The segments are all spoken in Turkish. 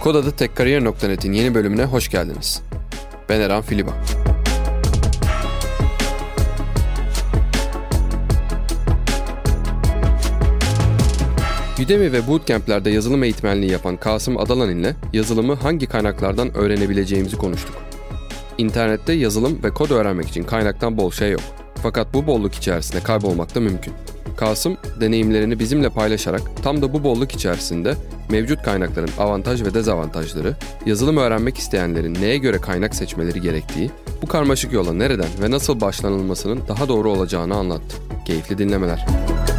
Kodadı Tekkariyer.net'in yeni bölümüne hoş geldiniz. Ben Eren Filiba. Udemy ve Bootcamp'lerde yazılım eğitmenliği yapan Kasım Adalan ile yazılımı hangi kaynaklardan öğrenebileceğimizi konuştuk. İnternette yazılım ve kod öğrenmek için kaynaktan bol şey yok. Fakat bu bolluk içerisinde kaybolmak da mümkün. Kasım, deneyimlerini bizimle paylaşarak tam da bu bolluk içerisinde mevcut kaynakların avantaj ve dezavantajları, yazılım öğrenmek isteyenlerin neye göre kaynak seçmeleri gerektiği, bu karmaşık yola nereden ve nasıl başlanılmasının daha doğru olacağını anlattı. Keyifli dinlemeler.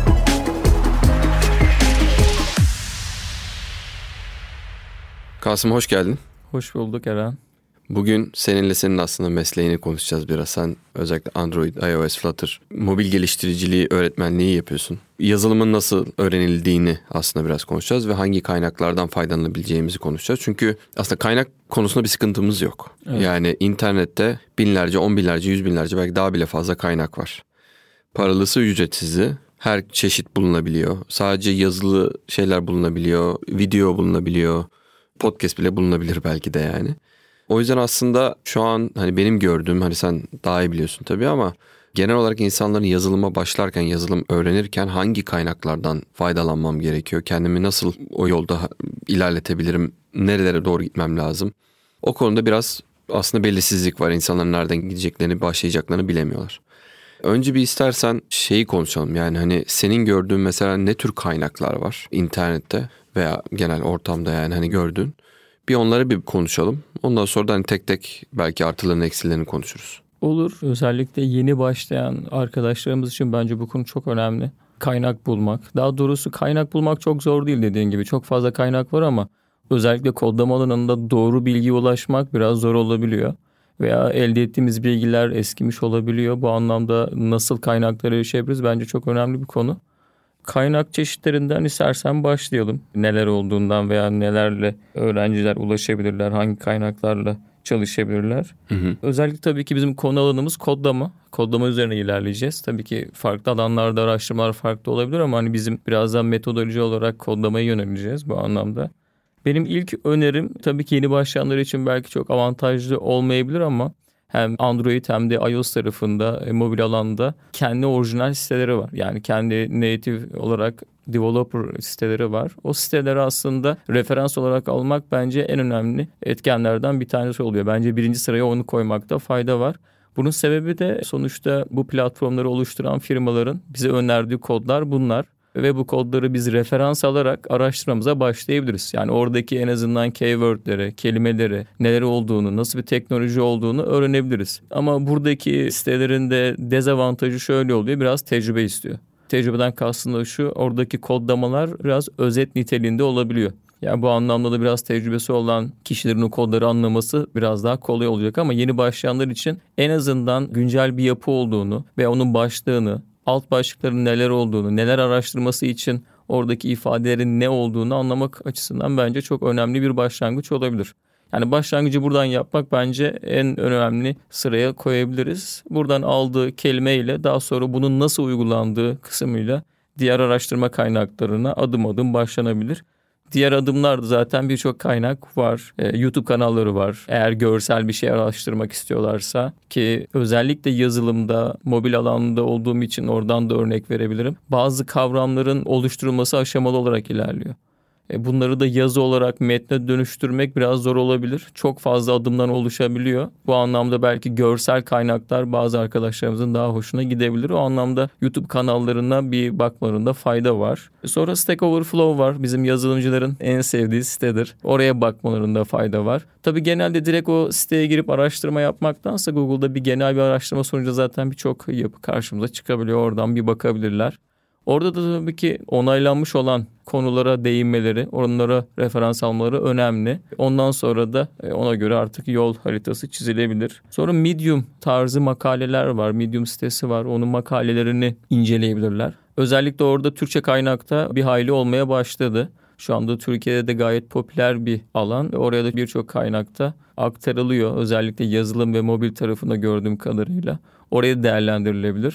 Kasım, hoş geldin. Hoş bulduk Eren. Bugün senin aslında mesleğini konuşacağız biraz. Sen özellikle Android, iOS, Flutter, mobil geliştiriciliği, öğretmenliği yapıyorsun. Yazılımın nasıl öğrenildiğini aslında biraz konuşacağız ve hangi kaynaklardan faydalanabileceğimizi konuşacağız. Çünkü aslında kaynak konusunda bir sıkıntımız yok. Evet. Yani internette binlerce, 10 binlerce, 100 binlerce belki daha bile fazla kaynak var. Paralısı, ücretsizi her çeşit bulunabiliyor. Sadece yazılı şeyler bulunabiliyor, video bulunabiliyor, podcast bile bulunabilir belki de yani. O yüzden aslında şu an benim gördüğüm, sen daha iyi biliyorsun tabii ama genel olarak insanların yazılıma başlarken, yazılım öğrenirken hangi kaynaklardan faydalanmam gerekiyor? Kendimi nasıl o yolda ilerletebilirim? Nerelere doğru gitmem lazım? O konuda biraz aslında belirsizlik var. İnsanların nereden gideceklerini, başlayacaklarını bilemiyorlar. Önce bir istersen şeyi konuşalım. Yani senin gördüğün mesela ne tür kaynaklar var internette veya genel ortamda gördüğün? Bir onları bir konuşalım. Ondan sonra da tek tek belki artılarını eksilerini konuşuruz. Olur. Özellikle yeni başlayan arkadaşlarımız için bence bu konu çok önemli. Kaynak bulmak. Daha doğrusu kaynak bulmak çok zor değil dediğin gibi. Çok fazla kaynak var ama özellikle kodlama alanında doğru bilgiye ulaşmak biraz zor olabiliyor. Veya elde ettiğimiz bilgiler eskimiş olabiliyor. Bu anlamda nasıl kaynaklara erişebiliriz bence çok önemli bir konu. Kaynak çeşitlerinden istersen başlayalım. Neler olduğundan veya nelerle öğrenciler ulaşabilirler, hangi kaynaklarla çalışabilirler. Özellikle tabii ki bizim konu alanımız kodlama. Kodlama üzerine ilerleyeceğiz. Tabii ki farklı alanlarda araştırmalar farklı olabilir ama bizim birazdan metodoloji olarak kodlamaya yöneleceğiz bu anlamda. Benim ilk önerim tabii ki yeni başlayanlar için belki çok avantajlı olmayabilir ama hem Android hem de iOS tarafında mobil alanda kendi orijinal siteleri var. Yani kendi native olarak developer siteleri var. O siteleri aslında referans olarak almak bence en önemli etkenlerden bir tanesi oluyor. Bence birinci sıraya onu koymakta fayda var. Bunun sebebi de sonuçta bu platformları oluşturan firmaların bize önerdiği kodlar bunlar. Ve bu kodları biz referans alarak araştırmamıza başlayabiliriz. Yani oradaki en azından keywordleri, kelimeleri, neler olduğunu, nasıl bir teknoloji olduğunu öğrenebiliriz. Ama buradaki sitelerin de dezavantajı şöyle oluyor, biraz tecrübe istiyor. Tecrübeden kastım da şu, oradaki kodlamalar biraz özet niteliğinde olabiliyor. Yani bu anlamda da biraz tecrübesi olan kişilerin o kodları anlaması biraz daha kolay olacak. Ama yeni başlayanlar için en azından güncel bir yapı olduğunu ve onun başlığını, alt başlıkların neler olduğunu, neler araştırması için oradaki ifadelerin ne olduğunu anlamak açısından bence çok önemli bir başlangıç olabilir. Yani başlangıcı buradan yapmak bence en önemli sıraya koyabiliriz. Buradan aldığı kelimeyle daha sonra bunun nasıl uygulandığı kısmıyla diğer araştırma kaynaklarına adım adım başlanabilir. Diğer adımlarda zaten birçok kaynak var. YouTube kanalları var. Eğer görsel bir şey araştırmak istiyorlarsa ki özellikle yazılımda, mobil alanda olduğum için oradan da örnek verebilirim. Bazı kavramların oluşturulması aşamalı olarak ilerliyor. Bunları da yazı olarak metne dönüştürmek biraz zor olabilir. Çok fazla adımdan oluşabiliyor. Bu anlamda belki görsel kaynaklar bazı arkadaşlarımızın daha hoşuna gidebilir. O anlamda YouTube kanallarına bir bakmalarında fayda var. Sonra Stack Overflow var. Bizim yazılımcıların en sevdiği sitedir. Oraya bakmalarında fayda var. Tabii genelde direkt o siteye girip araştırma yapmaktansa Google'da bir genel bir araştırma sonucu zaten birçok yapı karşımıza çıkabiliyor. Oradan bir bakabilirler. Orada da tabii ki onaylanmış olan konulara değinmeleri, onlara referans almaları önemli. Ondan sonra da ona göre artık yol haritası çizilebilir. Sonra Medium tarzı makaleler var. Medium sitesi var. Onun makalelerini inceleyebilirler. Özellikle orada Türkçe kaynakta bir hayli olmaya başladı. Şu anda Türkiye'de de gayet popüler bir alan. Oraya da birçok kaynakta aktarılıyor. Özellikle yazılım ve mobil tarafında gördüğüm kadarıyla. Oraya değerlendirilebilir.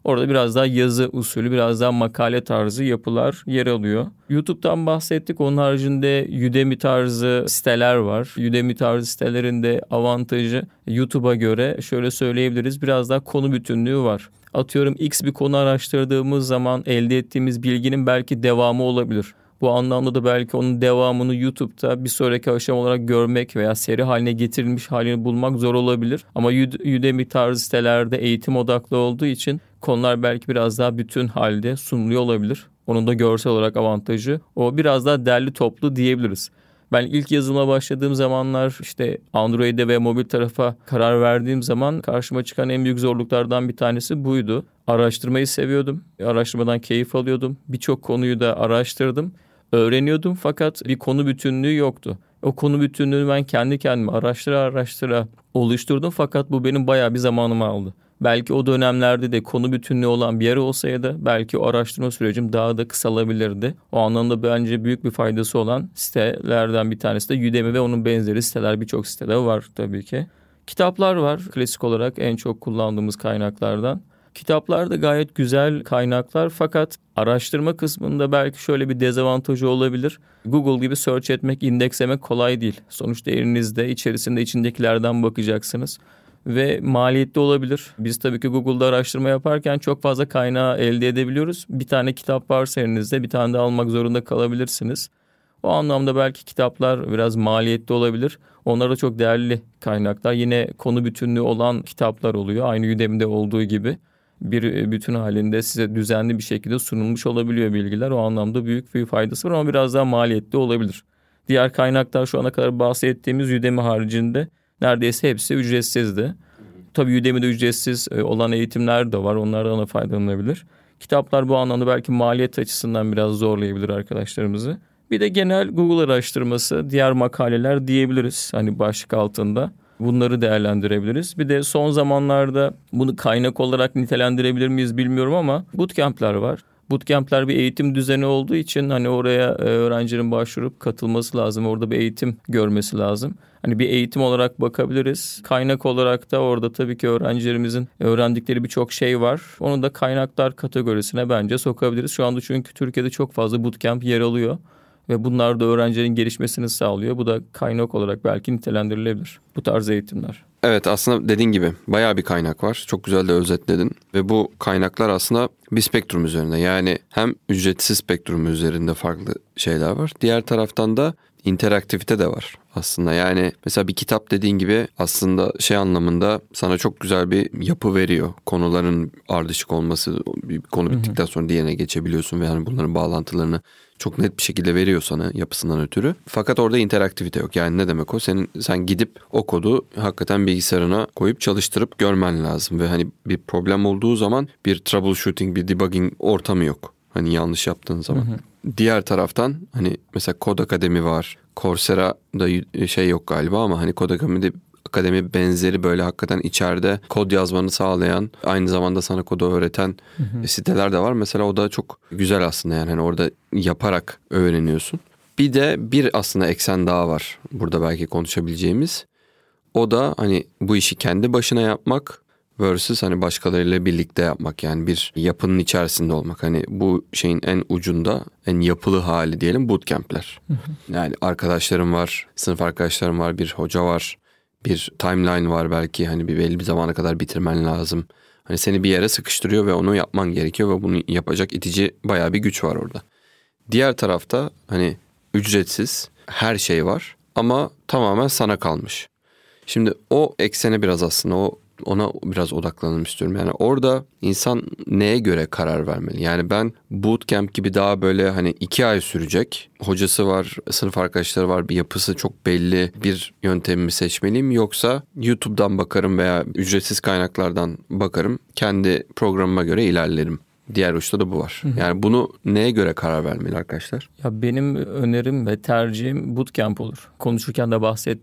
Orada biraz daha yazı usulü, biraz daha makale tarzı yapılar yer alıyor. YouTube'dan bahsettik. Onun haricinde Udemy tarzı siteler var. Udemy tarzı sitelerin de avantajı YouTube'a göre şöyle söyleyebiliriz. Biraz daha konu bütünlüğü var. Atıyorum X bir konu araştırdığımız zaman elde ettiğimiz bilginin belki devamı olabilir. Bu anlamda da belki onun devamını YouTube'da bir sonraki aşama olarak görmek veya seri haline getirilmiş halini bulmak zor olabilir. Ama Udemy tarzı sitelerde eğitim odaklı olduğu için konular belki biraz daha bütün halde sunuluyor olabilir. Onun da görsel olarak avantajı o, biraz daha derli toplu diyebiliriz. Ben ilk yazılıma başladığım zamanlar işte Android'e ve mobil tarafa karar verdiğim zaman karşıma çıkan en büyük zorluklardan bir tanesi buydu. Araştırmayı seviyordum. Araştırmadan keyif alıyordum. Birçok konuyu da araştırdım. Öğreniyordum fakat bir konu bütünlüğü yoktu. O konu bütünlüğünü ben kendi kendime araştıra oluşturdum fakat bu benim bayağı bir zamanımı aldı. Belki o dönemlerde de konu bütünlüğü olan bir yer olsaydı belki o araştırma sürecim daha da kısalabilirdi. O anlamda bence büyük bir faydası olan sitelerden bir tanesi de Udemy ve onun benzeri siteler, birçok sitede var tabii ki. Kitaplar var klasik olarak en çok kullandığımız kaynaklardan. Kitaplar da gayet güzel kaynaklar fakat araştırma kısmında belki şöyle bir dezavantajı olabilir. Google gibi search etmek, indekslemek kolay değil. Sonuçta elinizde içerisinde içindekilerden bakacaksınız. Ve maliyetli olabilir. Biz tabii ki Google'da araştırma yaparken çok fazla kaynağı elde edebiliyoruz. Bir tane kitap varsa elinizde bir tane de almak zorunda kalabilirsiniz. O anlamda belki kitaplar biraz maliyetli olabilir. Onlar da çok değerli kaynaklar. Yine konu bütünlüğü olan kitaplar oluyor. Aynı Udemy'de olduğu gibi bir bütün halinde size düzenli bir şekilde sunulmuş olabiliyor bilgiler. O anlamda büyük bir faydası var ama biraz daha maliyetli olabilir. Diğer kaynaklar şu ana kadar bahsettiğimiz Udemy haricinde neredeyse hepsi ücretsizdi. Tabii Udemy'de ücretsiz olan eğitimler de var. Onlardan da faydalanılabilir. Kitaplar bu anlamda belki maliyet açısından biraz zorlayabilir arkadaşlarımızı. Bir de genel Google araştırması, diğer makaleler diyebiliriz. Hani başlık altında. Bunları değerlendirebiliriz. Bir de son zamanlarda bunu kaynak olarak nitelendirebilir miyiz bilmiyorum ama bootcamp'ler var. Bootcamp'ler bir eğitim düzeni olduğu için hani oraya öğrencilerin başvurup katılması lazım. Orada bir eğitim görmesi lazım. Hani bir eğitim olarak bakabiliriz. Kaynak olarak da orada tabii ki öğrencilerimizin öğrendikleri birçok şey var. Onu da kaynaklar kategorisine bence sokabiliriz. Şu anda çünkü Türkiye'de çok fazla bootcamp yer alıyor. Ve bunlar da öğrencilerin gelişmesini sağlıyor. Bu da kaynak olarak belki nitelendirilebilir. Bu tarz eğitimler. Evet, aslında dediğin gibi bayağı bir kaynak var. Çok güzel de özetledin. Ve bu kaynaklar aslında bir spektrum üzerinde. Yani hem ücretsiz spektrum üzerinde farklı şeyler var. Diğer taraftan da interaktivite de var aslında. Yani mesela bir kitap dediğin gibi aslında şey anlamında sana çok güzel bir yapı veriyor. Konuların ardışık olması, bir konu bittikten sonra diğerine geçebiliyorsun ve yani bunların bağlantılarını çok net bir şekilde veriyor sana yapısından ötürü. Fakat orada interaktivite yok. Yani ne demek o? Sen gidip o kodu hakikaten bilgisayarına koyup çalıştırıp görmen lazım. Ve hani bir problem olduğu zaman bir troubleshooting, bir debugging ortamı yok. Hani yanlış yaptığın zaman. Diğer taraftan hani mesela Kod Akademi var. Coursera'da şey yok galiba ama hani Kod Akademi benzeri böyle hakikaten içeride kod yazmanı sağlayan, aynı zamanda sana kodu öğreten siteler de var. Mesela o da çok güzel aslında, yani hani orada yaparak öğreniyorsun. Bir de bir aslında eksen daha var burada belki konuşabileceğimiz. O da hani bu işi kendi başına yapmak versus hani başkalarıyla birlikte yapmak, yani bir yapının içerisinde olmak. Hani bu şeyin en ucunda, en yapılı hali diyelim bootcamp'ler. Yani arkadaşlarım var, sınıf arkadaşlarım var, bir hoca var. Bir timeline var belki, hani bir belli bir zamana kadar bitirmen lazım. Hani seni bir yere sıkıştırıyor ve onu yapman gerekiyor ve bunu yapacak itici bayağı bir güç var orada. Diğer tarafta hani ücretsiz her şey var ama tamamen sana kalmış. Şimdi o eksene biraz aslında ona biraz odaklanalım istiyorum. Yani orada insan neye göre karar vermeli? Yani ben bootcamp gibi daha böyle hani 2 ay sürecek, hocası var, sınıf arkadaşları var, bir yapısı çok belli bir yöntemimi seçmeliyim, yoksa YouTube'dan bakarım veya ücretsiz kaynaklardan bakarım, kendi programıma göre ilerlerim. Diğer uçta da bu var. Yani bunu neye göre karar vermeli arkadaşlar? Ya benim önerim ve tercihim bootcamp olur. Konuşurken de bahsettim.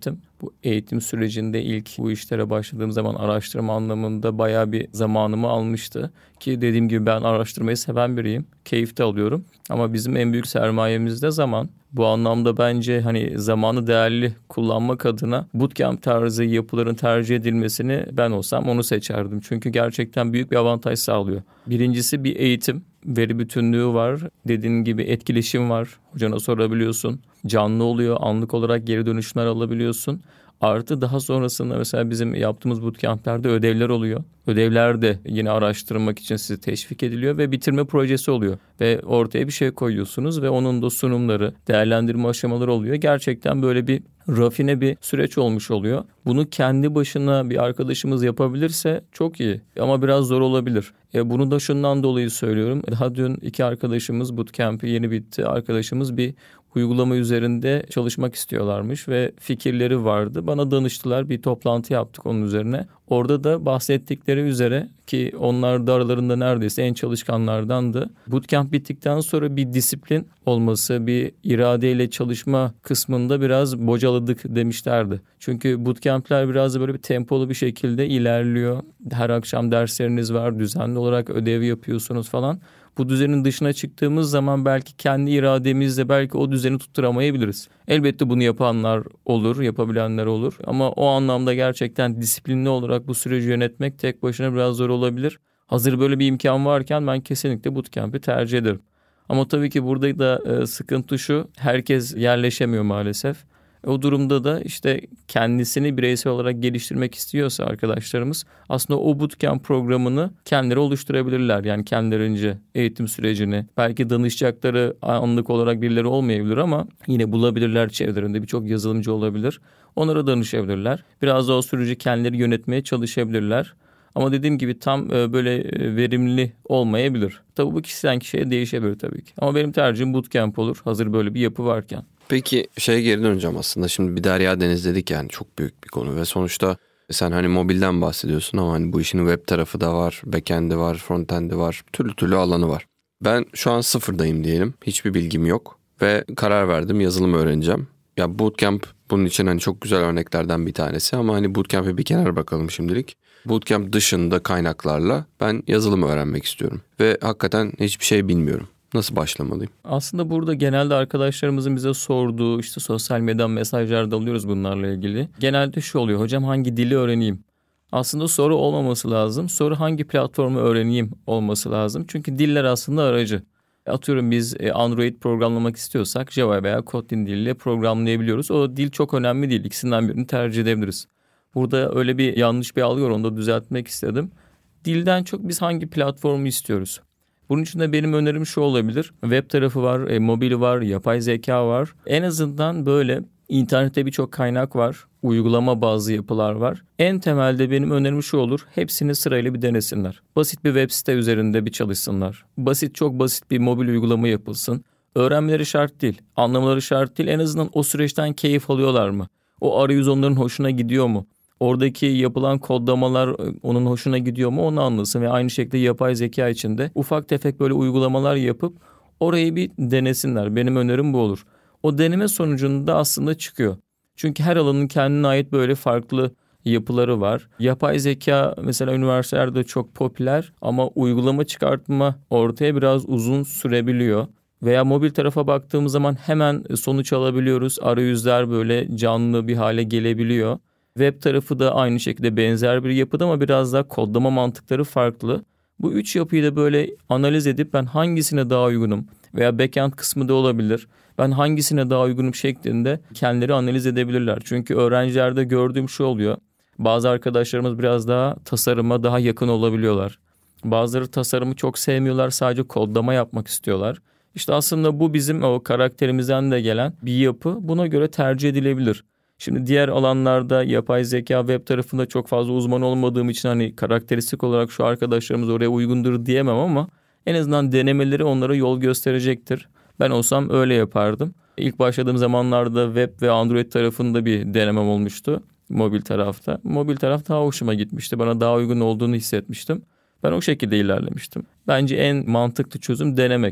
Bu eğitim sürecinde ilk bu işlere başladığım zaman araştırma anlamında bayağı bir zamanımı almıştı. Ki dediğim gibi ben araştırmayı seven biriyim. Keyif de alıyorum. Ama bizim en büyük sermayemiz de zaman. Bu anlamda bence hani zamanı değerli kullanmak adına bootcamp tarzı yapıların tercih edilmesini ben olsam onu seçerdim. Çünkü gerçekten büyük bir avantaj sağlıyor. Birincisi bir eğitim, veri bütünlüğü var. Dediğin gibi etkileşim var. Hocana sorabiliyorsun. Canlı oluyor, anlık olarak geri dönüşler alabiliyorsun. Artı daha sonrasında mesela bizim yaptığımız bootcamp'lerde ödevler oluyor. Ödevler de yine araştırmak için sizi teşvik ediliyor ve bitirme projesi oluyor. Ve ortaya bir şey koyuyorsunuz ve onun da sunumları, değerlendirme aşamaları oluyor. Gerçekten böyle bir rafine bir süreç olmuş oluyor. Bunu kendi başına bir arkadaşımız yapabilirse çok iyi ama biraz zor olabilir. Bunu da şundan dolayı söylüyorum. Daha dün 2 arkadaşımız bootcamp'i yeni bitti. Arkadaşımız bir uygulama üzerinde çalışmak istiyorlarmış ve fikirleri vardı. Bana danıştılar, bir toplantı yaptık onun üzerine. Orada da bahsettikleri üzere ki onlar da aralarında neredeyse en çalışkanlardandı. Bootcamp bittikten sonra bir disiplin olması, bir iradeyle çalışma kısmında biraz bocaladık demişlerdi. Çünkü bootcamp'ler biraz da böyle bir tempolu bir şekilde ilerliyor. Her akşam dersleriniz var, düzenli olarak ödev yapıyorsunuz falan. Bu düzenin dışına çıktığımız zaman belki kendi irademizle belki o düzeni tutturamayabiliriz. Elbette bunu yapanlar olur, yapabilenler olur. Ama o anlamda gerçekten disiplinli olarak bu süreci yönetmek tek başına biraz zor olabilir. Hazır böyle bir imkan varken ben kesinlikle bootcamp'i tercih ederim. Ama tabii ki burada da sıkıntı şu, herkes yerleşemiyor maalesef. O durumda da işte kendisini bireysel olarak geliştirmek istiyorsa arkadaşlarımız aslında o bootcamp programını kendileri oluşturabilirler. Yani kendilerince eğitim sürecini, belki danışacakları anlık olarak birileri olmayabilir ama yine bulabilirler çevrelerinde, birçok yazılımcı olabilir. Onlara danışabilirler. Biraz da o süreci kendileri yönetmeye çalışabilirler. Ama dediğim gibi tam böyle verimli olmayabilir. Tabii bu kişiden kişiye değişebilir tabii ki. Ama benim tercihim bootcamp olur hazır böyle bir yapı varken. Peki şeye geri döneceğim aslında. Şimdi bir derya deniz dedik, yani çok büyük bir konu ve sonuçta sen hani mobilden bahsediyorsun ama hani bu işin web tarafı da var, backend'i var, frontend'i var, türlü alanı var. Ben şu an sıfırdayım diyelim. Hiçbir bilgim yok ve karar verdim, yazılım öğreneceğim. Ya bootcamp bunun için hani çok güzel örneklerden bir tanesi ama hani bootcamp'e bir kenara bakalım şimdilik. Bootcamp dışında kaynaklarla ben yazılım öğrenmek istiyorum ve hakikaten hiçbir şey bilmiyorum. Nasıl başlamalıyım? Aslında burada genelde arkadaşlarımızın bize sorduğu, işte sosyal medyadan mesajlar da alıyoruz bunlarla ilgili. Genelde şu oluyor: hocam hangi dili öğreneyim? Aslında soru olmaması lazım. Soru hangi platformu öğreneyim olması lazım. Çünkü diller aslında aracı. Atıyorum biz Android programlamak istiyorsak Java veya Kotlin diliyle programlayabiliyoruz. O dil çok önemli değil. İkisinden birini tercih edebiliriz. Burada öyle bir yanlış bir algı var, onu da düzeltmek istedim. Dilden çok biz hangi platformu istiyoruz? Bunun için de benim önerim şu olabilir. Web tarafı var, mobil var, yapay zeka var. En azından böyle internette birçok kaynak var. Uygulama bazlı yapılar var. En temelde benim önerim şu olur: hepsini sırayla bir denesinler. Basit bir web site üzerinde bir çalışsınlar. Çok basit bir mobil uygulama yapılsın. Öğrenmeleri şart değil, anlamaları şart değil. En azından o süreçten keyif alıyorlar mı? O arayüz onların hoşuna gidiyor mu? Oradaki yapılan kodlamalar onun hoşuna gidiyor mu onu anlasın ve aynı şekilde yapay zeka için de ufak tefek böyle uygulamalar yapıp orayı bir denesinler. Benim önerim bu olur. O deneme sonucunda aslında çıkıyor. Çünkü her alanın kendine ait böyle farklı yapıları var. Yapay zeka mesela üniversitelerde çok popüler ama uygulama çıkartma ortaya biraz uzun sürebiliyor. Veya mobil tarafa baktığımız zaman hemen sonuç alabiliyoruz. Arayüzler böyle canlı bir hale gelebiliyor. Web tarafı da aynı şekilde benzer bir yapıda ama biraz daha kodlama mantıkları farklı. Bu 3 yapıyı da böyle analiz edip ben hangisine daha uygunum veya backend kısmı da olabilir, ben hangisine daha uygunum şeklinde kendileri analiz edebilirler. Çünkü öğrencilerde gördüğüm şu oluyor: bazı arkadaşlarımız biraz daha tasarıma daha yakın olabiliyorlar. Bazıları tasarımı çok sevmiyorlar, sadece kodlama yapmak istiyorlar. İşte aslında bu bizim o karakterimizden de gelen bir yapı, buna göre tercih edilebilir. Şimdi diğer alanlarda yapay zeka web tarafında çok fazla uzman olmadığım için hani karakteristik olarak şu arkadaşlarımız oraya uygundur diyemem ama en azından denemeleri onlara yol gösterecektir. Ben olsam öyle yapardım. İlk başladığım zamanlarda web ve Android tarafında bir denemem olmuştu mobil tarafta. Mobil taraf daha hoşuma gitmişti. Bana daha uygun olduğunu hissetmiştim. Ben o şekilde ilerlemiştim. Bence en mantıklı çözüm denemek.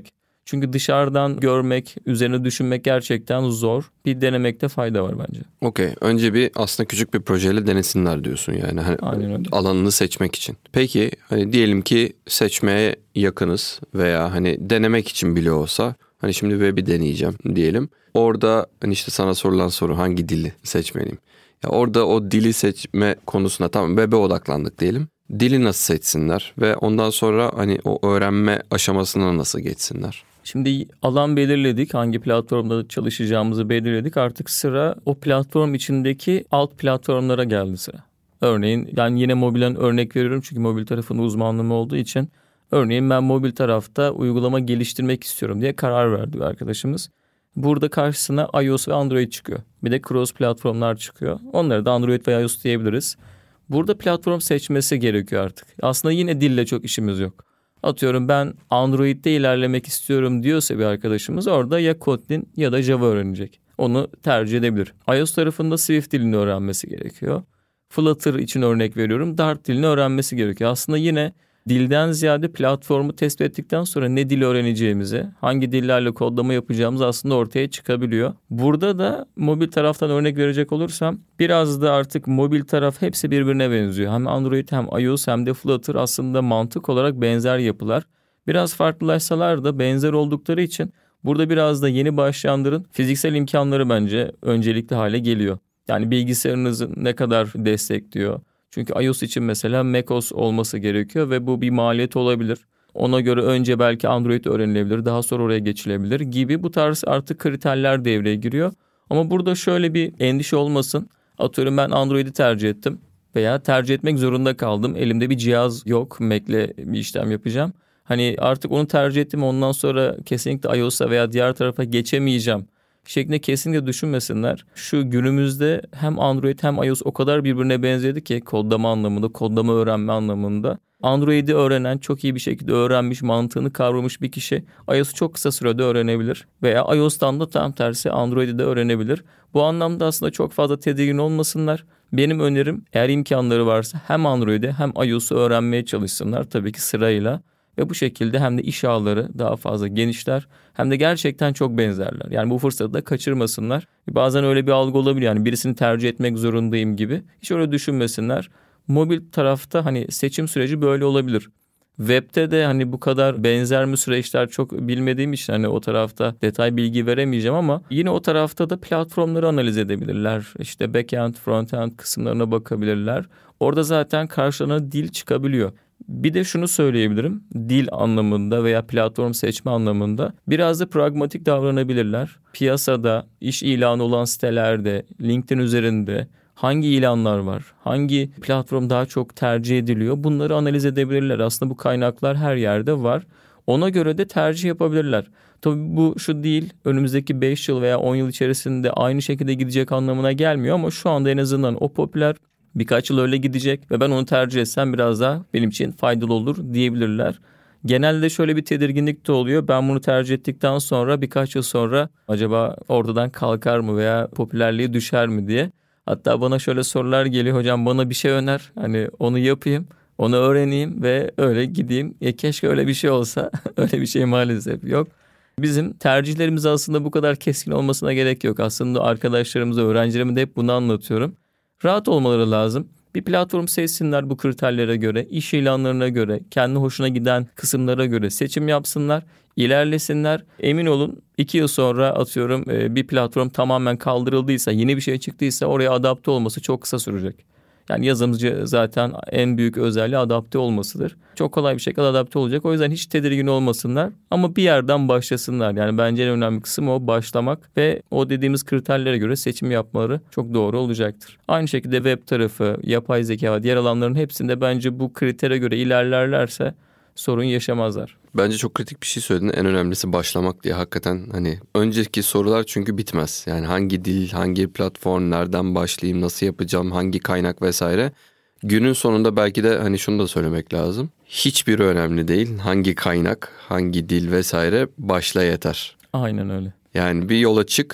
Çünkü dışarıdan görmek, üzerine düşünmek gerçekten zor. Bir denemekte fayda var bence. Okey. Önce bir aslında küçük bir projeyle denesinler diyorsun yani. Hani Aynen öyle. alanını seçmek için. Peki hani diyelim ki seçmeye yakınız veya hani denemek için bile olsa hani şimdi web'i deneyeceğim diyelim. Orada hani işte sana sorulan soru hangi dili seçmeliyim? Ya orada o dili seçme konusuna tamam web'e odaklandık diyelim. Dili nasıl seçsinler ve ondan sonra hani o öğrenme aşamasına nasıl geçsinler? Şimdi alan belirledik. Hangi platformda çalışacağımızı belirledik. Artık sıra o platform içindeki alt platformlara geldi sıra. Örneğin ben yine mobilden örnek veriyorum. Çünkü mobil tarafında uzmanlığım olduğu için. Örneğin ben mobil tarafta uygulama geliştirmek istiyorum diye karar verdi bir arkadaşımız. Burada karşısına iOS ve Android çıkıyor. Bir de cross platformlar çıkıyor. Onları da Android ve iOS diyebiliriz. Burada platform seçmesi gerekiyor artık. Aslında yine dille çok işimiz yok. Atıyorum ben Android'de ilerlemek istiyorum diyorsa bir arkadaşımız orada ya Kotlin ya da Java öğrenecek. Onu tercih edebilir. iOS tarafında Swift dilini öğrenmesi gerekiyor. Flutter için örnek veriyorum. Dart dilini öğrenmesi gerekiyor. Aslında yine dilden ziyade platformu tespit ettikten sonra ne dil öğreneceğimizi, hangi dillerle kodlama yapacağımız aslında ortaya çıkabiliyor. Burada da mobil taraftan örnek verecek olursam biraz da artık mobil taraf hepsi birbirine benziyor. Hem Android hem iOS hem de Flutter aslında mantık olarak benzer yapılar. Biraz farklılaşsalar da benzer oldukları için burada biraz da yeni başlayanların fiziksel imkanları bence öncelikli hale geliyor. Yani bilgisayarınızı ne kadar destekliyor? Çünkü iOS için mesela macOS olması gerekiyor ve bu bir maliyet olabilir. Ona göre önce belki Android öğrenilebilir, daha sonra oraya geçilebilir gibi bu tarz artık kriterler devreye giriyor. Ama burada şöyle bir endişe olmasın. Atıyorum ben Android'i tercih ettim veya tercih etmek zorunda kaldım. Elimde bir cihaz yok, Mac'le bir işlem yapacağım. Hani artık onu tercih ettim, ondan sonra kesinlikle iOS'a veya diğer tarafa geçemeyeceğim şeklinde kesinlikle düşünmesinler. Şu günümüzde hem Android hem iOS o kadar birbirine benzedi ki kodlama anlamında, kodlama öğrenme anlamında. Android'i öğrenen, çok iyi bir şekilde öğrenmiş, mantığını kavramış bir kişi iOS'u çok kısa sürede öğrenebilir. Veya iOS'tan da tam tersi Android'i de öğrenebilir. Bu anlamda aslında çok fazla tedirgin olmasınlar. Benim önerim eğer imkanları varsa hem Android'i hem iOS'u öğrenmeye çalışsınlar tabii ki sırayla. Ve bu şekilde hem de iş ağları daha fazla genişler hem de gerçekten çok benzerler. Yani bu fırsatı da kaçırmasınlar. Bazen öyle bir algı olabiliyor. Yani birisini tercih etmek zorundayım gibi. Hiç öyle düşünmesinler. Mobil tarafta hani seçim süreci böyle olabilir. Web'te de hani bu kadar benzer mi süreçler çok bilmediğim için hani o tarafta detay bilgi veremeyeceğim ama yine o tarafta da platformları analiz edebilirler. İşte backend, frontend kısımlarına bakabilirler. Orada zaten karşılarına dil çıkabiliyor. Bir de şunu söyleyebilirim. Dil anlamında veya platform seçme anlamında biraz da pragmatik davranabilirler. Piyasada iş ilanı olan sitelerde, LinkedIn üzerinde hangi ilanlar var? Hangi platform daha çok tercih ediliyor? Bunları analiz edebilirler. Aslında bu kaynaklar her yerde var. Ona göre de tercih yapabilirler. Tabii bu şu değil, önümüzdeki 5 yıl veya 10 yıl içerisinde aynı şekilde gidecek anlamına gelmiyor ama şu anda en azından o popüler. Birkaç yıl öyle gidecek ve ben onu tercih etsem biraz daha benim için faydalı olur diyebilirler. Genelde şöyle bir tedirginlik de oluyor. Ben bunu tercih ettikten sonra birkaç yıl sonra acaba ortadan kalkar mı veya popülerliği düşer mi diye. Hatta bana şöyle sorular geliyor. Hocam bana bir şey öner. Hani onu yapayım, onu öğreneyim ve öyle gideyim. Keşke öyle bir şey olsa. Öyle bir şey maalesef yok. Bizim tercihlerimiz aslında bu kadar keskin olmasına gerek yok. Aslında arkadaşlarımıza, öğrencilerime de hep bunu anlatıyorum. Rahat olmaları lazım. Bir platform seçsinler bu kriterlere göre, iş ilanlarına göre, kendi hoşuna giden kısımlara göre seçim yapsınlar, ilerlesinler. Emin olun 2 yıl sonra atıyorum bir platform tamamen kaldırıldıysa, yeni bir şey çıktıysa oraya adapte olması çok kısa sürecek. Yani yazılımcı zaten en büyük özelliği adapte olmasıdır. Çok kolay bir şekilde adapte olacak. O yüzden hiç tedirgin olmasınlar ama bir yerden başlasınlar. Yani bence en önemli kısım o, başlamak ve o dediğimiz kriterlere göre seçim yapmaları çok doğru olacaktır. Aynı şekilde web tarafı, yapay zeka ve diğer alanların hepsinde bence bu kritere göre ilerlerlerse sorun yaşamazlar. Bence çok kritik bir şey söyledin. En önemlisi başlamak diye, hakikaten hani önceki sorular çünkü bitmez. Yani hangi dil, hangi platform, nereden başlayayım, nasıl yapacağım, hangi kaynak vesaire. Günün sonunda belki de hani şunu da söylemek lazım. Hiçbiri önemli değil. Hangi kaynak, hangi dil vesaire, başla yeter. Aynen öyle. Yani bir yola çık.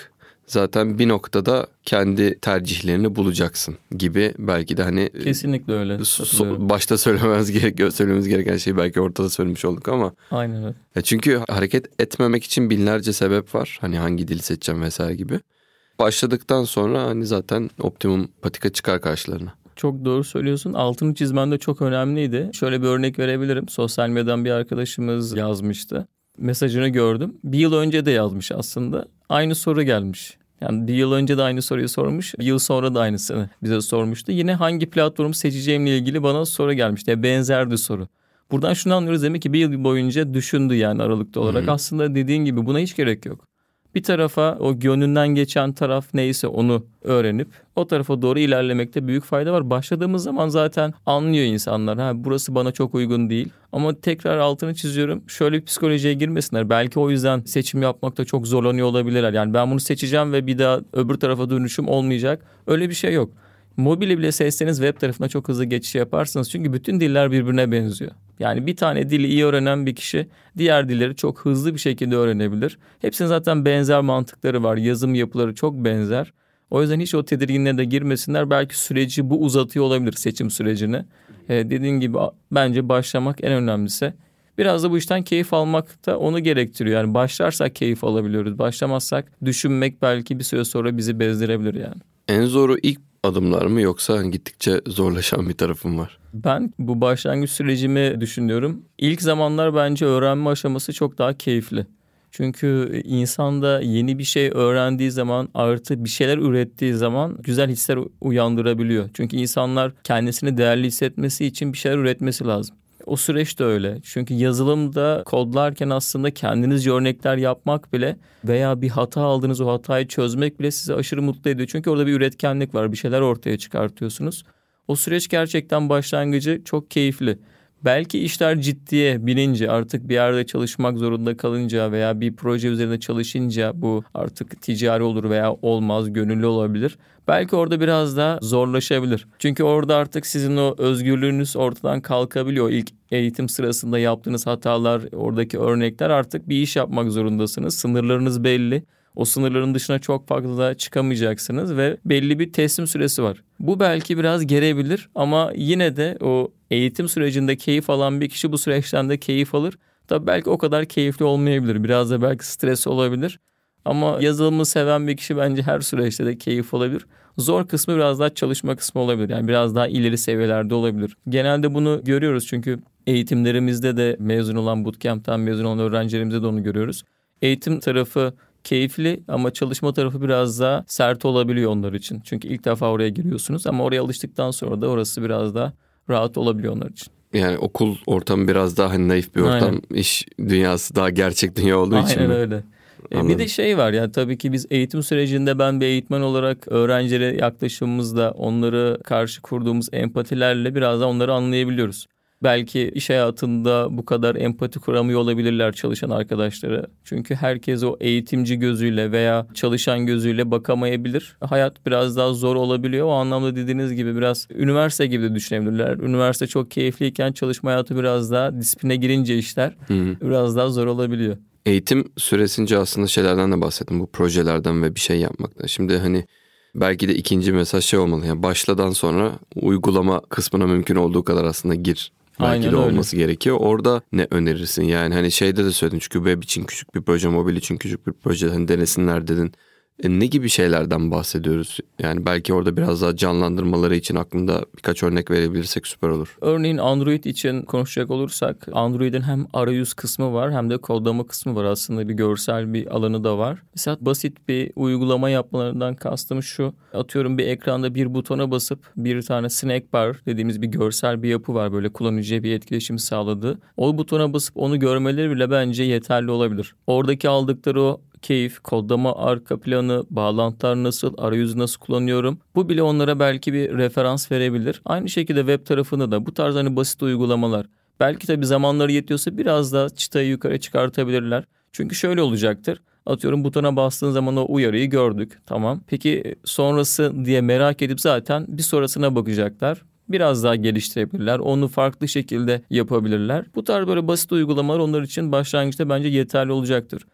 zaten bir noktada kendi tercihlerini bulacaksın gibi, belki de hani kesinlikle öyle. Başta söylememiz gereken şeyi belki ortada söylemiş olduk ama. Aynen öyle. Çünkü hareket etmemek için binlerce sebep var. Hani hangi dili seçeceğim vesaire gibi. Başladıktan sonra hani zaten optimum patika çıkar karşılarına. Çok doğru söylüyorsun. Altını çizmen de çok önemliydi. Şöyle bir örnek verebilirim. Sosyal medyadan bir arkadaşımız yazmıştı. Mesajını gördüm. Bir yıl önce de yazmış aslında. Aynı soru gelmiş. Yani bir yıl önce de aynı soruyu sormuş. Bir yıl sonra da aynısını bize sormuştu. Yine hangi platformu seçeceğimle ilgili bana soru gelmişti. Yani benzerdi soru. Buradan şunu anlıyoruz, demek ki bir yıl boyunca düşündü yani aralıklı olarak. Hı-hı. Aslında dediğin gibi buna hiç gerek yok. Bir tarafa, o gönlünden geçen taraf neyse onu öğrenip o tarafa doğru ilerlemekte büyük fayda var. Başladığımız zaman zaten anlıyor insanlar. Burası bana çok uygun değil. Ama tekrar altını çiziyorum. Şöyle bir psikolojiye girmesinler. Belki o yüzden seçim yapmakta çok zorlanıyor olabilirler. Yani ben bunu seçeceğim ve bir daha öbür tarafa dönüşüm olmayacak. Öyle bir şey yok. Mobile bile seçseniz web tarafına çok hızlı geçiş yaparsınız. Çünkü bütün diller birbirine benziyor. Yani bir tane dili iyi öğrenen bir kişi diğer dilleri çok hızlı bir şekilde öğrenebilir. Hepsinin zaten benzer mantıkları var. Yazım yapıları çok benzer. O yüzden hiç o tedirginliğe de girmesinler. Belki süreci bu uzatıyor olabilir, seçim sürecini. Dediğim gibi bence başlamak en önemlisi. Biraz da bu işten keyif almak da onu gerektiriyor. Yani başlarsak keyif alabiliyoruz. Başlamazsak düşünmek belki bir süre sonra bizi bezdirebilir yani. En zoru ilk adımlar mı, yoksa gittikçe zorlaşan bir tarafım var? Ben bu başlangıç sürecimi düşünüyorum. İlk zamanlar bence öğrenme aşaması çok daha keyifli. Çünkü insanda yeni bir şey öğrendiği zaman, artı bir şeyler ürettiği zaman güzel hisler uyandırabiliyor. Çünkü insanlar kendisini değerli hissetmesi için bir şeyler üretmesi lazım. O süreç de öyle. Çünkü yazılımda kodlarken aslında kendinizce örnekler yapmak bile veya bir hata aldığınız o hatayı çözmek bile sizi aşırı mutlu ediyor. Çünkü orada bir üretkenlik var. Bir şeyler ortaya çıkartıyorsunuz. O süreç gerçekten başlangıcı çok keyifli. Belki işler ciddiye binince, artık bir yerde çalışmak zorunda kalınca veya bir proje üzerinde çalışınca bu artık ticari olur veya olmaz, gönüllü olabilir. Belki orada biraz daha zorlaşabilir. Çünkü orada artık sizin o özgürlüğünüz ortadan kalkabiliyor. İlk eğitim sırasında yaptığınız hatalar, oradaki örnekler, artık bir iş yapmak zorundasınız. Sınırlarınız belli. O sınırların dışına çok fazla da çıkamayacaksınız ve belli bir teslim süresi var. Bu belki biraz gerebilir ama yine de o eğitim sürecinde keyif alan bir kişi bu süreçten de keyif alır. Tabii belki o kadar keyifli olmayabilir. Biraz da belki stres olabilir. Ama yazılımı seven bir kişi bence her süreçte de keyif alabilir. Zor kısmı biraz daha çalışma kısmı olabilir. Yani biraz daha ileri seviyelerde olabilir. Genelde bunu görüyoruz çünkü eğitimlerimizde de mezun olan, bootcamp'ten mezun olan öğrencilerimizde de onu görüyoruz. Eğitim tarafı keyifli ama çalışma tarafı biraz daha sert olabiliyor onlar için. Çünkü ilk defa oraya giriyorsunuz ama oraya alıştıktan sonra da orası biraz daha rahat olabiliyor onlar için. Yani okul ortamı biraz daha naif bir ortam. Aynen. İş dünyası daha gerçek dünya olduğu için mi? Aynen öyle. Bir de şey var ya, tabii ki biz eğitim sürecinde, ben bir eğitmen olarak öğrencilere yaklaşımımızda onları karşı kurduğumuz empatilerle biraz da onları anlayabiliyoruz. Belki iş hayatında bu kadar empati kuramıyor olabilirler çalışan arkadaşları. Çünkü herkes o eğitimci gözüyle veya çalışan gözüyle bakamayabilir. Hayat biraz daha zor olabiliyor. O anlamda dediğiniz gibi biraz üniversite gibi de düşünebilirler. Üniversite çok keyifliyken çalışma hayatı biraz daha disipline girince işler biraz daha zor olabiliyor. Eğitim süresince aslında şeylerden de bahsettim. Bu projelerden ve bir şey yapmaktan. Şimdi hani belki de ikinci mesaj şey olmalı. Yani başladan sonra uygulama kısmına mümkün olduğu kadar aslında gir. Belki aynen de olması öyle gerekiyor. Orada ne önerirsin? Yani hani şeyde de söyledin, çünkü web için küçük bir proje, mobil için küçük bir proje, hani denesinler dedin. Ne gibi şeylerden bahsediyoruz? Yani belki orada biraz daha canlandırmaları için aklında birkaç örnek verebilirsek süper olur. Örneğin Android için konuşacak olursak, Android'in hem arayüz kısmı var hem de kodlama kısmı var. Aslında bir görsel bir alanı da var. Mesela basit bir uygulama yapmalarından kastım şu: atıyorum bir ekranda bir butona basıp bir tane snack bar dediğimiz bir görsel bir yapı var, böyle kullanıcıya bir etkileşim sağladığı. O butona basıp onu görmeleri bile bence yeterli olabilir. Oradaki aldıkları o keyif, kodlama arka planı, bağlantılar nasıl, arayüzü nasıl kullanıyorum, bu bile onlara belki bir referans verebilir. Aynı şekilde web tarafında da bu tarz hani basit uygulamalar, belki tabii zamanları yetiyorsa biraz daha çıtayı yukarı çıkartabilirler. Çünkü şöyle olacaktır: atıyorum butona bastığın zaman o uyarıyı gördük, tamam. Peki sonrası diye merak edip zaten bir sonrasına bakacaklar. Biraz daha geliştirebilirler. Onu farklı şekilde yapabilirler. Bu tarz böyle basit uygulamalar onlar için başlangıçta bence yeterli olacaktır.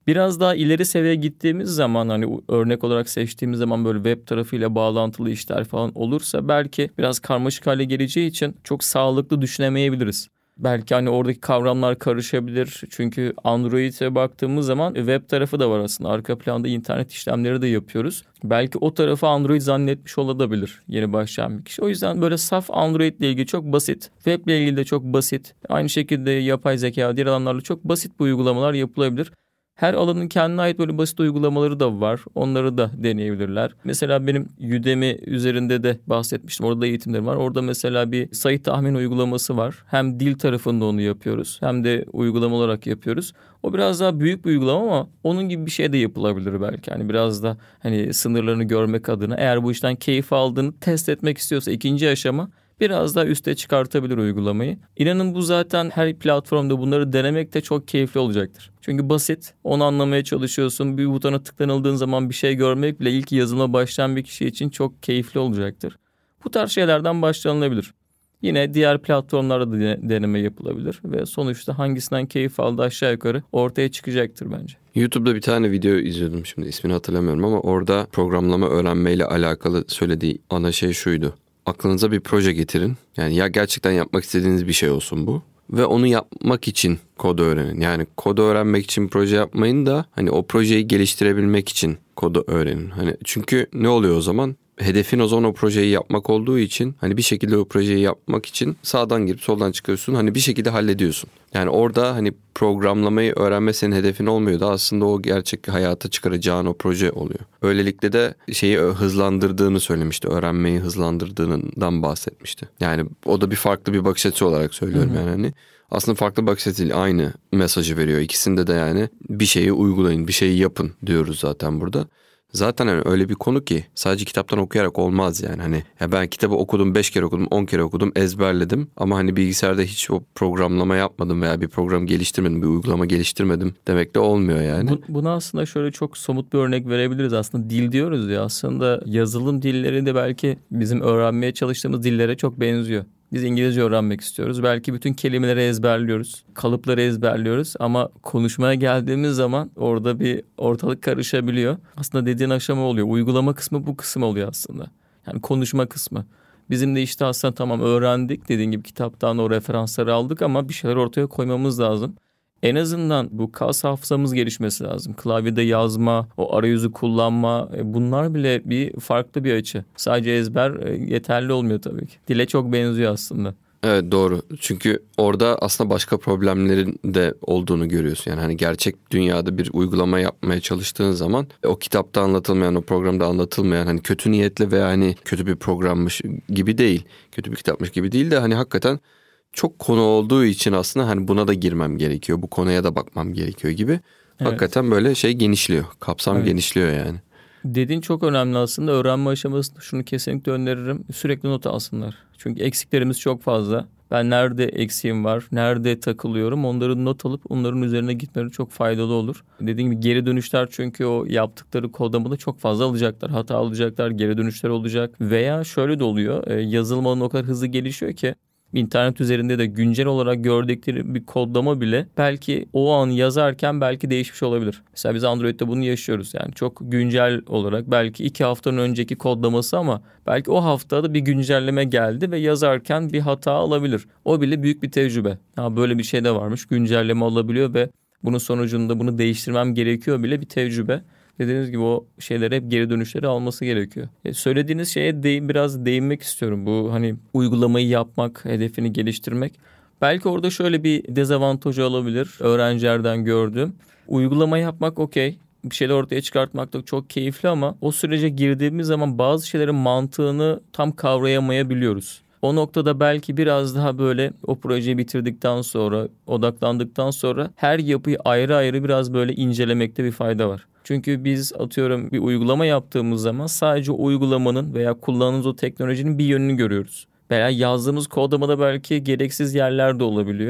Biraz daha ileri seviyeye gittiğimiz zaman hani örnek olarak seçtiğimiz zaman böyle web tarafıyla bağlantılı işler falan olursa belki biraz karmaşık hale geleceği için çok sağlıklı düşünemeyebiliriz. Belki hani oradaki kavramlar karışabilir. Çünkü Android'e baktığımız zaman web tarafı da var aslında. Arka planda internet işlemleri de yapıyoruz. Belki o tarafı Android zannetmiş olabilir yeni başlayan bir kişi. O yüzden böyle saf Android ile ilgili çok basit. Web ile ilgili de çok basit. Aynı şekilde yapay zeka, diğer alanlarla çok basit bu uygulamalar yapılabilir. Her alanın kendine ait böyle basit uygulamaları da var. Onları da deneyebilirler. Mesela benim Udemy üzerinde de bahsetmiştim. Orada eğitimlerim var. Orada mesela bir sayı tahmin uygulaması var. Hem dil tarafında onu yapıyoruz hem de uygulama olarak yapıyoruz. O biraz daha büyük bir uygulama ama onun gibi bir şey de yapılabilir belki. Hani biraz da hani sınırlarını görmek adına eğer bu işten keyif aldığını test etmek istiyorsa ikinci aşama biraz daha üste çıkartabilir uygulamayı. İnanın bu zaten her platformda bunları denemek de çok keyifli olacaktır. Çünkü basit, onu anlamaya çalışıyorsun. Bir butona tıklanıldığın zaman bir şey görmek bile ilk yazılıma başlayan bir kişi için çok keyifli olacaktır. Bu tarz şeylerden başlanılabilir. Yine diğer platformlarda da deneme yapılabilir ve sonuçta hangisinden keyif aldı aşağı yukarı ortaya çıkacaktır bence. YouTube'da bir tane video izliyordum, şimdi ismini hatırlamıyorum ama orada programlama öğrenmeyle alakalı söylediği ana şey şuydu. Aklınıza bir proje getirin. Yani ya gerçekten yapmak istediğiniz bir şey olsun bu. Ve onu yapmak için kod öğrenin. Yani kodu öğrenmek için proje yapmayın da hani o projeyi geliştirebilmek için kodu öğrenin. Hani çünkü ne oluyor o zaman? Hedefin o zaman o projeyi yapmak olduğu için hani bir şekilde o projeyi yapmak için sağdan girip soldan çıkıyorsun. Hani bir şekilde hallediyorsun. Yani orada hani programlamayı öğrenme senin hedefin olmuyor da aslında o gerçek hayata çıkaracağın o proje oluyor. Böylelikle de şeyi hızlandırdığını söylemişti. Öğrenmeyi hızlandırdığından bahsetmişti. Yani o da bir farklı bir bakış açısı olarak söylüyorum. Yani hani aslında farklı bakış açısıyla aynı mesajı veriyor. İkisinde de yani bir şeyi uygulayın, bir şeyi yapın diyoruz zaten burada. Zaten hani öyle bir konu ki sadece kitaptan okuyarak olmaz yani. Hani ya ben kitabı okudum, 5 kere okudum, 10 kere okudum, ezberledim ama hani bilgisayarda hiç o programlama yapmadım veya bir program geliştirmedim, bir uygulama geliştirmedim demek de olmuyor yani. Buna aslında şöyle çok somut bir örnek verebiliriz. Aslında dil diyoruz ya, aslında yazılım dilleri de belki bizim öğrenmeye çalıştığımız dillere çok benziyor. Biz İngilizce öğrenmek istiyoruz. Belki bütün kelimeleri ezberliyoruz. Kalıpları ezberliyoruz. Ama konuşmaya geldiğimiz zaman orada bir ortalık karışabiliyor. Aslında dediğin aşama oluyor. Uygulama kısmı bu kısım oluyor aslında. Yani konuşma kısmı. Bizim de işte aslında tamam öğrendik. Dediğin gibi kitaptan o referansları aldık ama bir şeyler ortaya koymamız lazım. En azından bu kas hafızamız gelişmesi lazım. Klavyede yazma, o arayüzü kullanma, bunlar bile bir farklı bir açı. Sadece ezber yeterli olmuyor tabii ki. Dile çok benziyor aslında. Evet, doğru. Çünkü orada aslında başka problemlerin de olduğunu görüyorsun. Yani hani gerçek dünyada bir uygulama yapmaya çalıştığın zaman o kitapta anlatılmayan, o programda anlatılmayan hani kötü niyetle veya hani kötü bir programmış gibi değil. Kötü bir kitapmış gibi değil de hani hakikaten çok konu olduğu için aslında hani buna da girmem gerekiyor. Bu konuya da bakmam gerekiyor gibi. Evet. Hakikaten böyle şey genişliyor. Kapsam genişliyor yani. Dediğin çok önemli aslında. Öğrenme aşamasında şunu kesinlikle öneririm. Sürekli not alsınlar. Çünkü eksiklerimiz çok fazla. Ben nerede eksiğim var, nerede takılıyorum onları not alıp onların üzerine gitmeleri çok faydalı olur. Dediğim gibi geri dönüşler, çünkü o yaptıkları kodlamada çok fazla alacaklar. Hata alacaklar, geri dönüşler olacak. Veya şöyle de oluyor. Yazılım alanı o kadar hızlı gelişiyor ki İnternet üzerinde de güncel olarak gördükleri bir kodlama bile belki o an yazarken belki değişmiş olabilir. Mesela biz Android'de bunu yaşıyoruz. Yani çok güncel olarak belki 2 haftanın önceki kodlaması ama belki o haftada bir güncelleme geldi ve yazarken bir hata alabilir. O bile büyük bir tecrübe. Ya böyle bir şey de varmış. Güncelleme alabiliyor ve bunun sonucunda bunu değiştirmem gerekiyor bile bir tecrübe. Dediğiniz gibi o şeylere hep geri dönüşleri alması gerekiyor. Söylediğiniz şeye biraz değinmek istiyorum. Bu hani uygulamayı yapmak, hedefini geliştirmek. Belki orada şöyle bir dezavantajı olabilir. Öğrencilerden gördüğüm. Uygulama yapmak okey. Bir şeyler ortaya çıkartmak da çok keyifli ama o sürece girdiğimiz zaman bazı şeylerin mantığını tam kavrayamayabiliyoruz. O noktada belki biraz daha böyle o projeyi bitirdikten sonra, odaklandıktan sonra her yapıyı ayrı ayrı biraz böyle incelemekte bir fayda var. Çünkü biz atıyorum bir uygulama yaptığımız zaman sadece o uygulamanın veya kullandığımız o teknolojinin bir yönünü görüyoruz. Veya yazdığımız kodlamada belki gereksiz yerler de olabiliyor.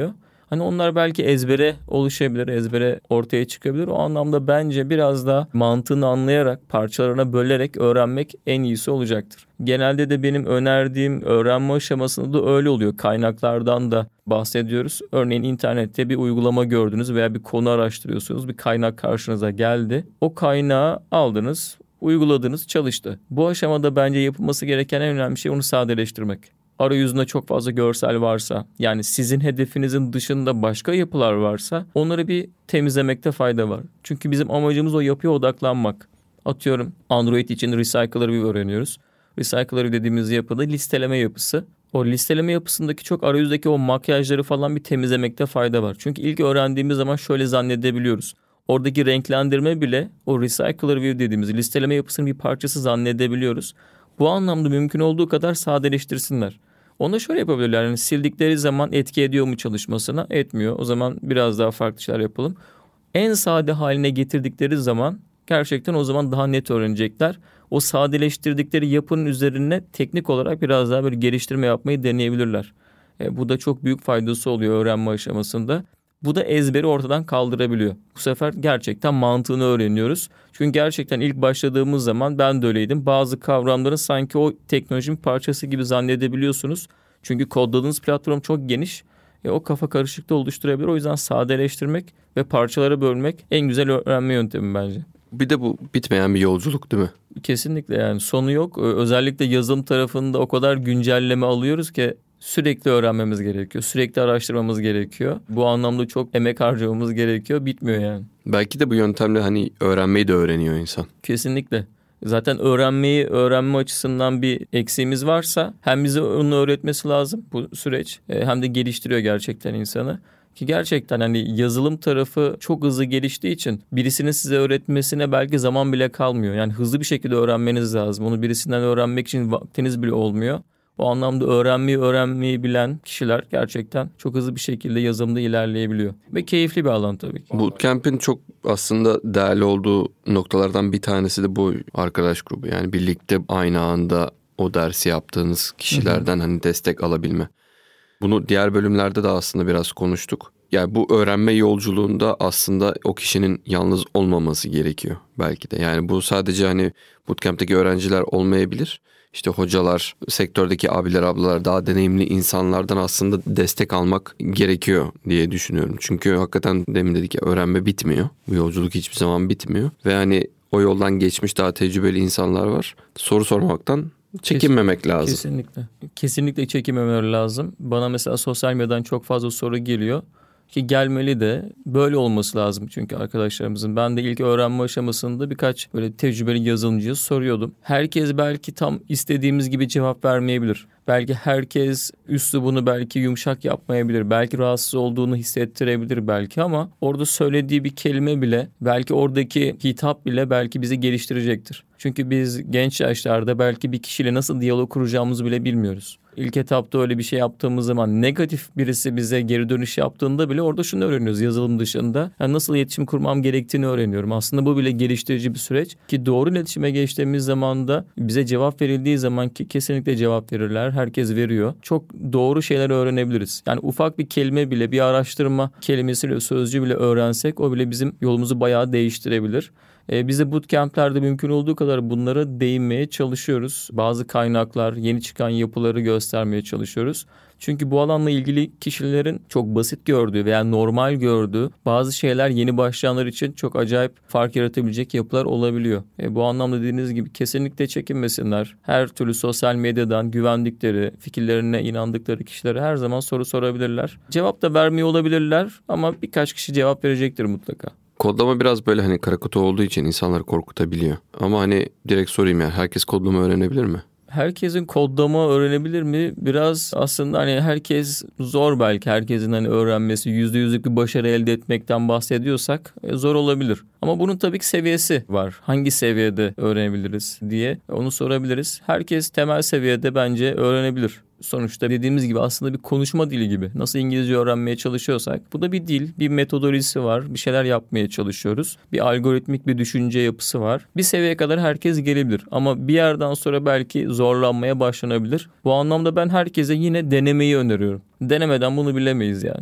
Hani onlar belki ezbere oluşabilir, ezbere ortaya çıkabilir. O anlamda bence biraz daha mantığını anlayarak, parçalarına bölerek öğrenmek en iyisi olacaktır. Genelde de benim önerdiğim öğrenme aşamasında da öyle oluyor. Kaynaklardan da bahsediyoruz. Örneğin internette bir uygulama gördünüz veya bir konu araştırıyorsunuz. Bir kaynak karşınıza geldi. O kaynağı aldınız, uyguladınız, çalıştı. Bu aşamada bence yapılması gereken en önemli şey onu sadeleştirmek. Arayüzünde çok fazla görsel varsa, yani sizin hedefinizin dışında başka yapılar varsa onları bir temizlemekte fayda var. Çünkü bizim amacımız o yapıya odaklanmak. Atıyorum Android için Recycler View öğreniyoruz. Recycler View dediğimiz yapıda listeleme yapısı. O listeleme yapısındaki çok arayüzdeki o makyajları falan bir temizlemekte fayda var. Çünkü ilk öğrendiğimiz zaman şöyle zannedebiliyoruz. Oradaki renklendirme bile o Recycler View dediğimiz listeleme yapısının bir parçası zannedebiliyoruz. Bu anlamda mümkün olduğu kadar sadeleştirsinler. Onu şöyle yapabilirler. Yani sildikleri zaman etki ediyor mu çalışmasına? Etmiyor. O zaman biraz daha farklı şeyler yapalım. En sade haline getirdikleri zaman gerçekten o zaman daha net öğrenecekler. O sadeleştirdikleri yapının üzerine teknik olarak biraz daha böyle geliştirme yapmayı deneyebilirler. Bu da çok büyük faydası oluyor öğrenme aşamasında. Bu da ezberi ortadan kaldırabiliyor. Bu sefer gerçekten mantığını öğreniyoruz. Çünkü gerçekten ilk başladığımız zaman ben de öyleydim. Bazı kavramların sanki o teknolojinin parçası gibi zannedebiliyorsunuz. Çünkü kodladığınız platform çok geniş. O kafa karışıklığı oluşturabilir. O yüzden sadeleştirmek ve parçalara bölmek en güzel öğrenme yöntemi bence. Bir de bu bitmeyen bir yolculuk değil mi? Kesinlikle, yani sonu yok. Özellikle yazılım tarafında o kadar güncelleme alıyoruz ki sürekli öğrenmemiz gerekiyor. Sürekli araştırmamız gerekiyor. Bu anlamda çok emek harcamamız gerekiyor. Bitmiyor yani. Belki de bu yöntemle hani öğrenmeyi de öğreniyor insan. Kesinlikle. Zaten öğrenme açısından bir eksiğimiz varsa hem bize onu öğretmesi lazım bu süreç, hem de geliştiriyor gerçekten insanı. Ki gerçekten hani yazılım tarafı çok hızlı geliştiği için birisinin size öğretmesine belki zaman bile kalmıyor. Yani hızlı bir şekilde öğrenmeniz lazım. Onu birisinden öğrenmek için vaktiniz bile olmuyor. O anlamda öğrenmeyi bilen kişiler gerçekten çok hızlı bir şekilde yazılımda ilerleyebiliyor. Ve keyifli bir alan tabii ki. Bootcamp'in çok aslında değerli olduğu noktalardan bir tanesi de bu arkadaş grubu. Yani birlikte aynı anda o dersi yaptığınız kişilerden hani destek alabilme. Bunu diğer bölümlerde de aslında biraz konuştuk. Yani bu öğrenme yolculuğunda aslında o kişinin yalnız olmaması gerekiyor belki de. Yani bu sadece hani bootcamp'teki öğrenciler olmayabilir. İşte hocalar, sektördeki abiler, ablalar, daha deneyimli insanlardan aslında destek almak gerekiyor diye düşünüyorum. Çünkü hakikaten demin dedik ya, öğrenme bitmiyor. Bu yolculuk hiçbir zaman bitmiyor. Ve hani o yoldan geçmiş daha tecrübeli insanlar var. Soru sormaktan çekinmemek lazım. Kesinlikle. Kesinlikle çekinmemeleri lazım. Bana mesela sosyal medyadan çok fazla soru geliyor. Ki gelmeli de, böyle olması lazım çünkü arkadaşlarımızın. Ben de ilk öğrenme aşamasında birkaç böyle tecrübeli yazılımcıya soruyordum. Herkes belki tam istediğimiz gibi cevap vermeyebilir. Belki herkes üslubunu belki yumuşak yapmayabilir. Belki rahatsız olduğunu hissettirebilir belki, ama orada söylediği bir kelime bile, belki oradaki hitap bile belki bizi geliştirecektir. Çünkü biz genç yaşlarda belki bir kişiyle nasıl diyalog kuracağımızı bile bilmiyoruz. İlk etapta öyle bir şey yaptığımız zaman negatif birisi bize geri dönüş yaptığında bile orada şunu öğreniyoruz yazılım dışında. Yani nasıl iletişim kurmam gerektiğini öğreniyorum. Aslında bu bile geliştirici bir süreç ki doğru iletişime geçtiğimiz zaman da bize cevap verildiği zaman, ki kesinlikle cevap verirler. Herkes veriyor. Çok doğru şeyler öğrenebiliriz. Yani ufak bir kelime bile, bir araştırma kelimesiyle, sözcüğü bile öğrensek o bile bizim yolumuzu bayağı değiştirebilir. Biz de bootcamp'lerde mümkün olduğu kadar bunlara değinmeye çalışıyoruz. Bazı kaynaklar, yeni çıkan yapıları göstermeye çalışıyoruz. Çünkü bu alanla ilgili kişilerin çok basit gördüğü veya normal gördüğü bazı şeyler yeni başlayanlar için çok acayip fark yaratabilecek yapılar olabiliyor. Bu anlamda dediğiniz gibi kesinlikle çekinmesinler. Her türlü sosyal medyadan güvendikleri, fikirlerine inandıkları kişilere her zaman soru sorabilirler. Cevap da vermiyor olabilirler ama birkaç kişi cevap verecektir mutlaka. Kodlama biraz böyle hani kara kutu olduğu için insanları korkutabiliyor. Ama hani direkt sorayım ya, herkes kodlama öğrenebilir mi? Herkesin kodlama öğrenebilir mi? Biraz aslında hani herkes zor, belki herkesin hani öğrenmesi, %100'lük bir başarı elde etmekten bahsediyorsak zor olabilir. Ama bunun tabii ki seviyesi var. Hangi seviyede öğrenebiliriz diye onu sorabiliriz. Herkes temel seviyede bence öğrenebilir. Sonuçta dediğimiz gibi aslında bir konuşma dili gibi. Nasıl İngilizce öğrenmeye çalışıyorsak bu da bir dil, bir metodolojisi var. Bir şeyler yapmaya çalışıyoruz. Bir algoritmik bir düşünce yapısı var. Bir seviyeye kadar herkes gelebilir ama bir yerden sonra belki zorlanmaya başlanabilir. Bu anlamda ben herkese yine denemeyi öneriyorum. Denemeden bunu bilemeyiz yani.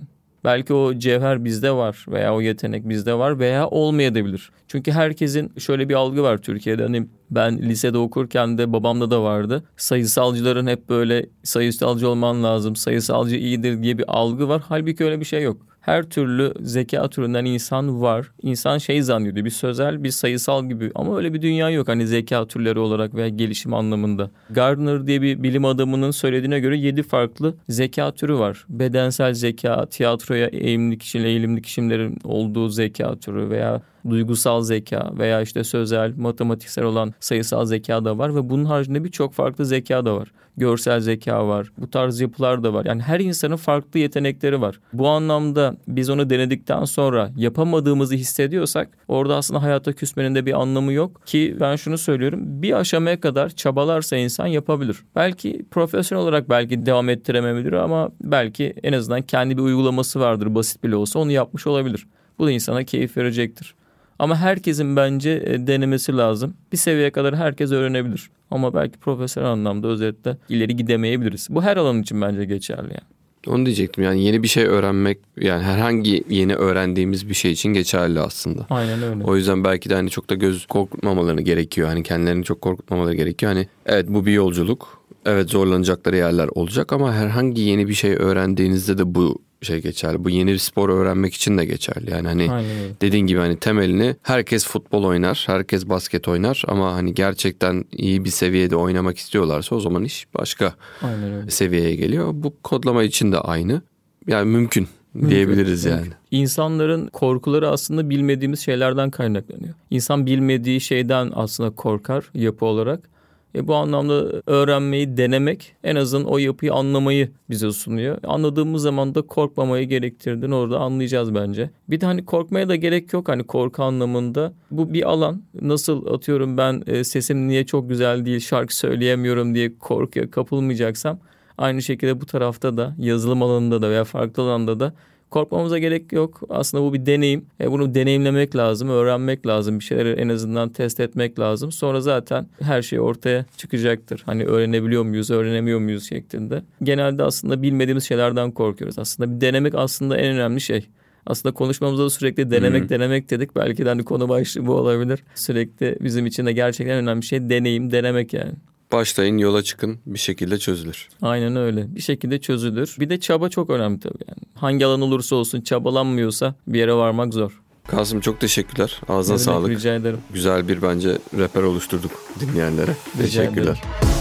Belki o cevher bizde var veya o yetenek bizde var veya olmayabilir. Çünkü herkesin şöyle bir algı var Türkiye'de. Hani ben lisede okurken de babamda da vardı. Sayısalcıların hep böyle sayısalcı olman lazım, sayısalcı iyidir diye bir algı var. Halbuki öyle bir şey yok. Her türlü zeka türünden insan var. İnsan zannediyor, bir sözel bir sayısal gibi, ama öyle bir dünya yok hani zeka türleri olarak veya gelişim anlamında. Gardner diye bir bilim adamının söylediğine göre 7 farklı zeka türü var. Bedensel zeka, tiyatroya eğilimli kişilerin olduğu zeka türü veya duygusal zeka veya işte sözel, matematiksel olan sayısal zeka da var ve bunun haricinde birçok farklı zeka da var. Görsel zeka var. Bu tarz yapılar da var. Yani her insanın farklı yetenekleri var. Bu anlamda biz onu denedikten sonra yapamadığımızı hissediyorsak orada aslında hayata küsmenin de bir anlamı yok ki ben şunu söylüyorum. Bir aşamaya kadar çabalarsa insan yapabilir. Belki profesyonel olarak belki devam ettiremeyebilir ama belki en azından kendi bir uygulaması vardır, basit bile olsa onu yapmış olabilir. Bu da insana keyif verecektir. Ama herkesin bence denemesi lazım. Bir seviyeye kadar herkes öğrenebilir. Ama belki profesyonel anlamda özetle ileri gidemeyebiliriz. Bu her alan için bence geçerli yani. Onu diyecektim, yani yeni bir şey öğrenmek, yani herhangi yeni öğrendiğimiz bir şey için geçerli aslında. Aynen öyle. O yüzden belki de hani çok da göz korkutmamaları gerekiyor. Hani kendilerini çok korkutmamaları gerekiyor. Hani evet, bu bir yolculuk. Evet, zorlanacakları yerler olacak ama herhangi yeni bir şey öğrendiğinizde de bu geçerli. Bu yeni bir spor öğrenmek için de geçerli. Yani hani dediğin gibi hani temelini herkes futbol oynar, herkes basket oynar ama hani gerçekten iyi bir seviyede oynamak istiyorlarsa o zaman iş başka seviyeye geliyor. Bu kodlama için de aynı. Yani mümkün diyebiliriz yani. İnsanların korkuları aslında bilmediğimiz şeylerden kaynaklanıyor. İnsan bilmediği şeyden aslında korkar yapı olarak. Bu anlamda öğrenmeyi, denemek en azından o yapıyı anlamayı bize sunuyor. Anladığımız zaman da korkmamayı gerektirdiğini orada anlayacağız bence. Bir de hani korkmaya da gerek yok hani korku anlamında. Bu bir alan. Nasıl atıyorum ben sesim niye çok güzel değil, şarkı söyleyemiyorum diye korkuya kapılmayacaksam, aynı şekilde bu tarafta da yazılım alanında da veya farklı alanda da korkmamıza gerek yok. Aslında bu bir deneyim. Bunu deneyimlemek lazım, öğrenmek lazım. Bir şeyleri en azından test etmek lazım. Sonra zaten her şey ortaya çıkacaktır. Hani öğrenebiliyor muyuz, öğrenemiyor muyuz şeklinde. Genelde aslında bilmediğimiz şeylerden korkuyoruz. Aslında bir denemek aslında en önemli şey. Aslında konuşmamızda da sürekli denemek dedik. Belki de hani konu başlığı bu olabilir. Sürekli bizim için de gerçekten önemli şey deneyim, denemek yani. Başlayın, yola çıkın, bir şekilde çözülür. Aynen öyle. Bir şekilde çözülür. Bir de çaba çok önemli tabii yani. Hangi alan olursa olsun çabalanmıyorsa bir yere varmak zor. Kasım, çok teşekkürler. Ağzına sağlık. Rica ederim. Güzel bir bence rehber oluşturduk dinleyenlere. Teşekkürler.